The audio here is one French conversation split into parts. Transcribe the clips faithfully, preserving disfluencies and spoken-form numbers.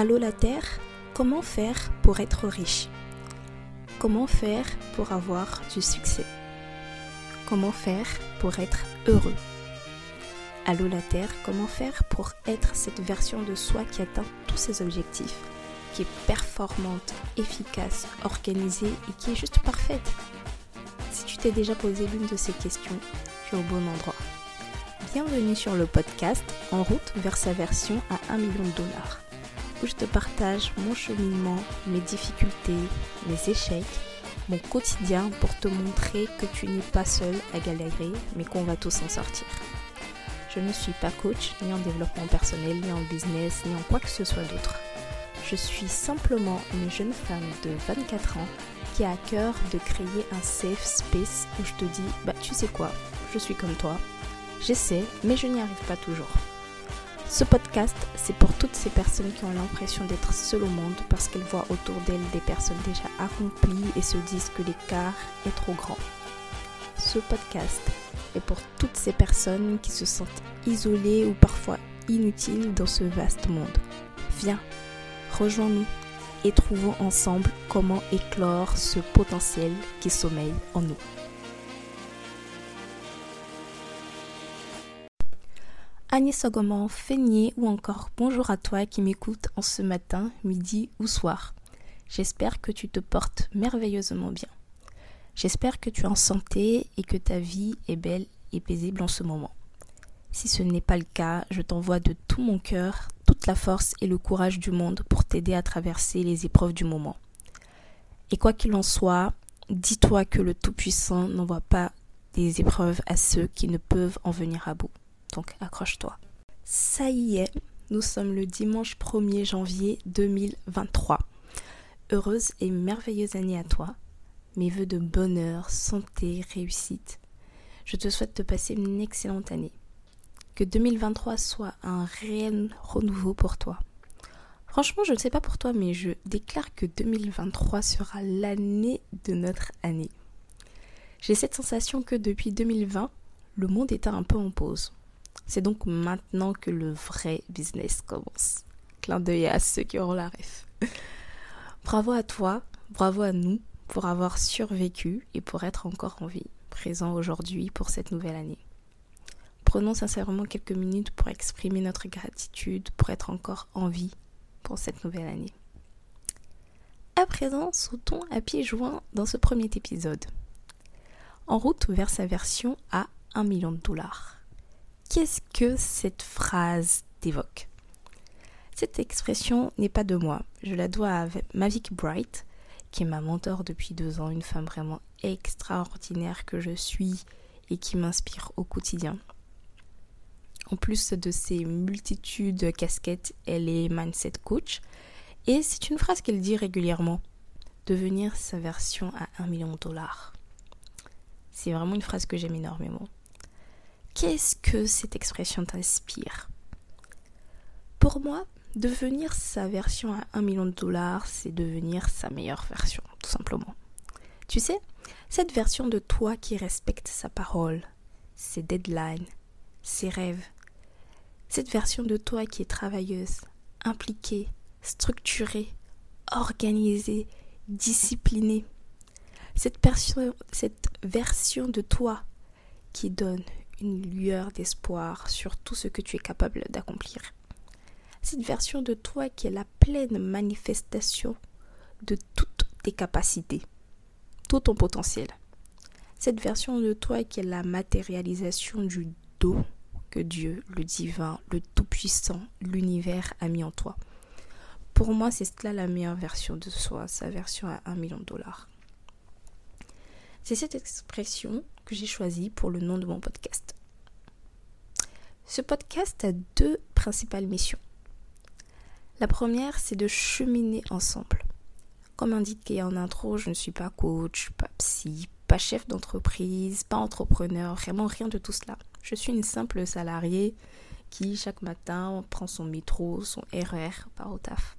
Allô la Terre, comment faire pour être riche? Comment faire pour avoir du succès? Comment faire pour être heureux? Allô la Terre, comment faire pour être cette version de soi qui atteint tous ses objectifs, qui est performante, efficace, organisée et qui est juste parfaite? Si tu t'es déjà posé l'une de ces questions, tu es au bon endroit. Bienvenue sur le podcast En route vers sa version à un million de dollars, où je te partage mon cheminement, mes difficultés, mes échecs, mon quotidien pour te montrer que tu n'es pas seul à galérer, mais qu'on va tous s'en sortir. Je ne suis pas coach, ni en développement personnel, ni en business, ni en quoi que ce soit d'autre. Je suis simplement une jeune femme de vingt-quatre ans qui a à cœur de créer un safe space où je te dis, bah tu sais quoi, je suis comme toi, j'essaie, mais je n'y arrive pas toujours. Ce podcast, c'est pour toutes ces personnes qui ont l'impression d'être seules au monde parce qu'elles voient autour d'elles des personnes déjà accomplies et se disent que l'écart est trop grand. Ce podcast est pour toutes ces personnes qui se sentent isolées ou parfois inutiles dans ce vaste monde. Viens, rejoins-nous et trouvons ensemble comment éclore ce potentiel qui sommeille en nous. Agnès Ogoman, Feigné ou encore bonjour à toi qui m'écoutes en ce matin, midi ou soir. J'espère que tu te portes merveilleusement bien. J'espère que tu es en santé et que ta vie est belle et paisible en ce moment. Si ce n'est pas le cas, je t'envoie de tout mon cœur, toute la force et le courage du monde pour t'aider à traverser les épreuves du moment. Et quoi qu'il en soit, dis-toi que le Tout-Puissant n'envoie pas des épreuves à ceux qui ne peuvent en venir à bout. Donc accroche-toi. Ça y est, nous sommes le dimanche premier janvier deux mille vingt-trois. Heureuse et merveilleuse année à toi. Mes vœux de bonheur, santé, réussite. Je te souhaite de passer une excellente année. Que deux mille vingt-trois soit un réel renouveau pour toi. Franchement, je ne sais pas pour toi, mais je déclare que deux mille vingt-trois sera l'année de notre année. J'ai cette sensation que depuis deux mille vingt, le monde était un peu en pause. C'est donc maintenant que le vrai business commence. Clin d'œil à ceux qui auront la ref. Bravo à toi, bravo à nous pour avoir survécu et pour être encore en vie, présent aujourd'hui pour cette nouvelle année. Prenons sincèrement quelques minutes pour exprimer notre gratitude, pour être encore en vie pour cette nouvelle année. À présent, sautons à pieds joints dans ce premier épisode. En route vers sa version à un million de dollars. Qu'est-ce que cette phrase t'évoque? Cette expression n'est pas de moi. Je la dois à Mavic Bright, qui est ma mentor depuis deux ans, une femme vraiment extraordinaire que je suis et qui m'inspire au quotidien. En plus de ses multitudes de casquettes, elle est mindset coach et c'est une phrase qu'elle dit régulièrement, devenir sa version à un million de dollars. C'est vraiment une phrase que j'aime énormément. Qu'est-ce que cette expression t'inspire? Pour moi, devenir sa version à un million de dollars, c'est devenir sa meilleure version, tout simplement. Tu sais, cette version de toi qui respecte sa parole, ses deadlines, ses rêves. Cette version de toi qui est travailleuse, impliquée, structurée, organisée, disciplinée. Cette, perso- cette version de toi qui donne une lueur d'espoir sur tout ce que tu es capable d'accomplir. Cette version de toi qui est la pleine manifestation de toutes tes capacités, tout ton potentiel. Cette version de toi qui est la matérialisation du don que Dieu, le divin, le tout-puissant, l'univers a mis en toi. Pour moi, c'est cela la meilleure version de soi, sa version à un million de dollars. C'est cette expression que j'ai choisie pour le nom de mon podcast. Ce podcast a deux principales missions. La première, c'est de cheminer ensemble. Comme indiqué en intro, je ne suis pas coach, pas psy, pas chef d'entreprise, pas entrepreneur, vraiment rien de tout cela. Je suis une simple salariée qui, chaque matin, prend son métro, son R E R, part au taf.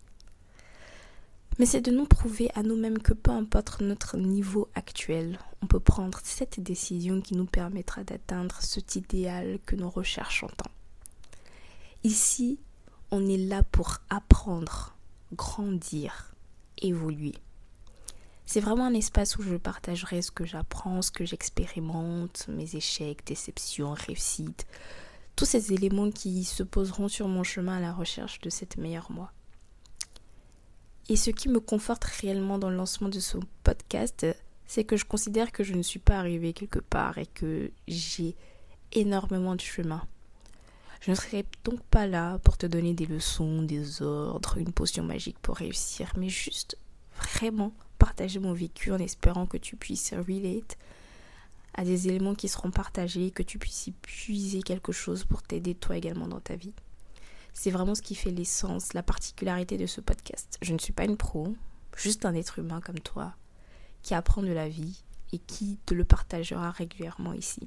Mais c'est de nous prouver à nous-mêmes que peu importe notre niveau actuel, on peut prendre cette décision qui nous permettra d'atteindre cet idéal que nous recherchons tant. Ici, on est là pour apprendre, grandir, évoluer. C'est vraiment un espace où je partagerai ce que j'apprends, ce que j'expérimente, mes échecs, déceptions, réussites, tous ces éléments qui se poseront sur mon chemin à la recherche de cette meilleure moi. Et ce qui me conforte réellement dans le lancement de ce podcast, c'est que je considère que je ne suis pas arrivée quelque part et que j'ai énormément de chemin. Je ne serai donc pas là pour te donner des leçons, des ordres, une potion magique pour réussir, mais juste vraiment partager mon vécu en espérant que tu puisses relate à des éléments qui seront partagés, que tu puisses y puiser quelque chose pour t'aider toi également dans ta vie. C'est vraiment ce qui fait l'essence, la particularité de ce podcast. Je ne suis pas une pro, juste un être humain comme toi, qui apprend de la vie et qui te le partagera régulièrement ici.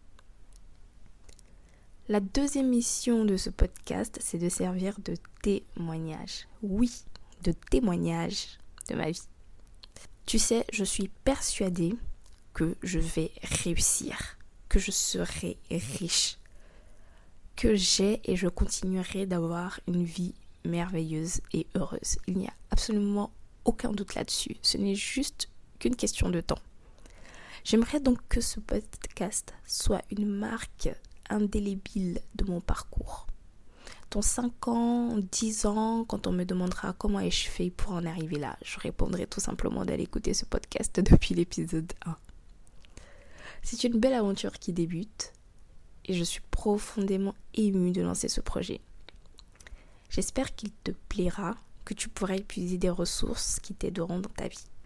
La deuxième mission de ce podcast, c'est de servir de témoignage. Oui, de témoignage de ma vie. Tu sais, je suis persuadée que je vais réussir, que je serai riche, que j'ai et je continuerai d'avoir une vie merveilleuse et heureuse. Il n'y a absolument aucun doute là-dessus. Ce n'est juste qu'une question de temps. J'aimerais donc que ce podcast soit une marque indélébile de mon parcours. Dans cinq ans, dix ans, quand on me demandera comment ai-je fait pour en arriver là, je répondrai tout simplement d'aller écouter ce podcast depuis l'épisode un. C'est une belle aventure qui débute et je suis profondément émue de lancer ce projet. J'espère qu'il te plaira, que tu pourras épuiser des ressources qui t'aideront dans ta vie.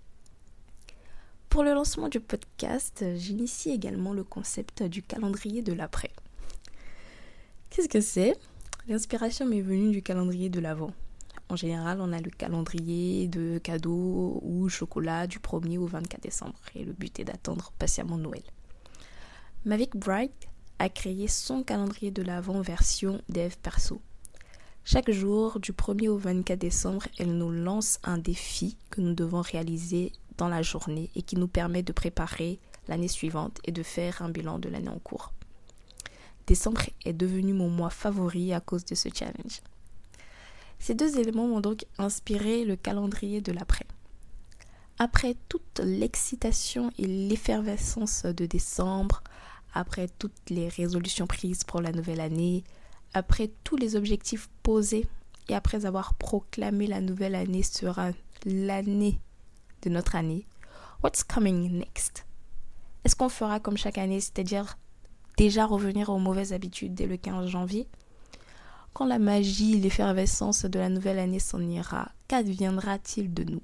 Pour le lancement du podcast, j'initie également le concept du calendrier de l'après. Qu'est-ce que c'est ? L'inspiration m'est venue du calendrier de l'Avent. En général, on a le calendrier de cadeaux ou chocolat du premier au vingt-quatre décembre et le but est d'attendre patiemment Noël. Mavic Bright a créé son calendrier de l'Avent version dev perso. Chaque jour, du premier au vingt-quatre décembre, elle nous lance un défi que nous devons réaliser dans la journée et qui nous permet de préparer l'année suivante et de faire un bilan de l'année en cours. Décembre est devenu mon mois favori à cause de ce challenge. Ces deux éléments m'ont donc inspiré le calendrier de l'après. Après toute l'excitation et l'effervescence de décembre, après toutes les résolutions prises pour la nouvelle année, après tous les objectifs posés et après avoir proclamé la nouvelle année sera l'année de notre année, what's coming next? Est-ce qu'on fera comme chaque année, c'est-à-dire déjà revenir aux mauvaises habitudes dès le quinze janvier? Quand la magie, l'effervescence de la nouvelle année s'en ira, qu'adviendra-t-il de nous?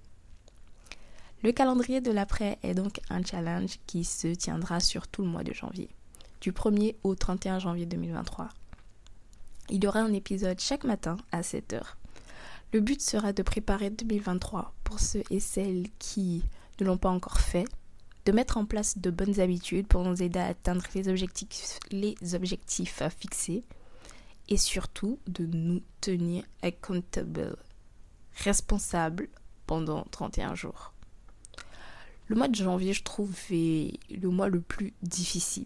Le calendrier de l'après est donc un challenge qui se tiendra sur tout le mois de janvier, du premier au trente et un janvier deux mille vingt-trois. Il y aura un épisode chaque matin à sept heures. Le but sera de préparer deux mille vingt-trois pour ceux et celles qui ne l'ont pas encore fait, de mettre en place de bonnes habitudes pour nous aider à atteindre les objectifs, les objectifs fixés et surtout de nous tenir accountable, responsables pendant trente et un jours. Le mois de janvier, je trouve, est le mois le plus difficile.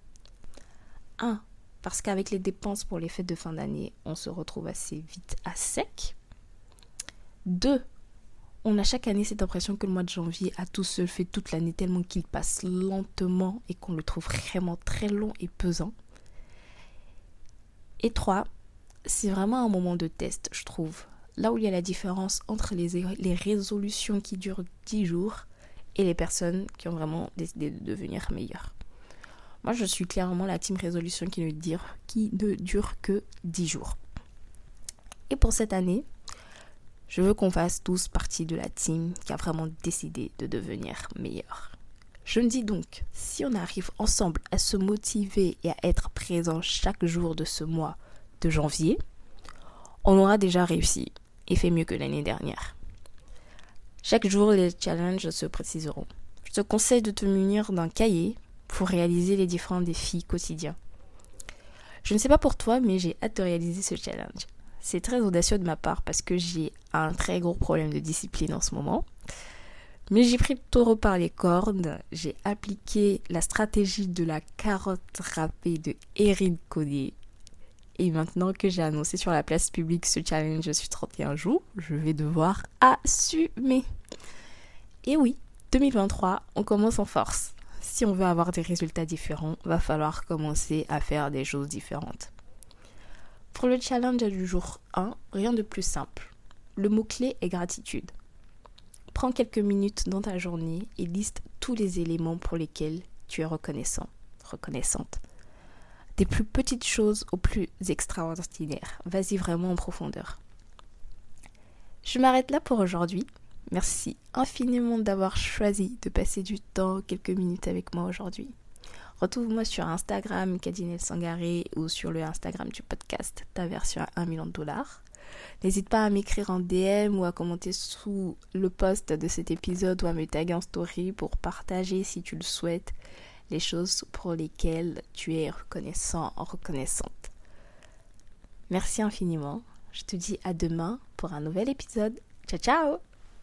Un, parce qu'avec les dépenses pour les fêtes de fin d'année, on se retrouve assez vite à sec. Deux, on a chaque année cette impression que le mois de janvier a tout seul fait toute l'année tellement qu'il passe lentement et qu'on le trouve vraiment très long et pesant. Et trois, c'est vraiment un moment de test, je trouve. Là où il y a la différence entre les, les résolutions qui durent dix jours et les personnes qui ont vraiment décidé de devenir meilleures. Moi, je suis clairement la team résolution qui ne, dire, qui ne dure que dix jours. Et pour cette année, je veux qu'on fasse tous partie de la team qui a vraiment décidé de devenir meilleur. Je me dis donc, si on arrive ensemble à se motiver et à être présent chaque jour de ce mois de janvier, on aura déjà réussi et fait mieux que l'année dernière. Chaque jour, les challenges se préciseront. Je te conseille de te munir d'un cahier pour réaliser les différents défis quotidiens. Je ne sais pas pour toi, mais j'ai hâte de réaliser ce challenge. C'est très audacieux de ma part parce que j'ai un très gros problème de discipline en ce moment. Mais j'ai pris le taureau par les cornes, j'ai appliqué la stratégie de la carotte râpée de Erin Cody Et maintenant que j'ai annoncé sur la place publique ce challenge sur trente et un jours, je vais devoir assumer. Et oui, deux mille vingt-trois, on commence en force. Si on veut avoir des résultats différents, va falloir commencer à faire des choses différentes. Pour le challenge du jour un, rien de plus simple. Le mot-clé est gratitude. Prends quelques minutes dans ta journée et liste tous les éléments pour lesquels tu es reconnaissant, reconnaissante. Des plus petites choses aux plus extraordinaires. Vas-y vraiment en profondeur. Je m'arrête là pour aujourd'hui. Merci infiniment d'avoir choisi de passer du temps, quelques minutes avec moi aujourd'hui. Retrouve-moi sur Instagram, Kadinel Sangaré, ou sur le Instagram du podcast, ta version à un million de dollars. N'hésite pas à m'écrire en D M ou à commenter sous le post de cet épisode ou à me taguer en story pour partager, si tu le souhaites, les choses pour lesquelles tu es reconnaissant, reconnaissante. Merci infiniment. Je te dis à demain pour un nouvel épisode. Ciao, ciao!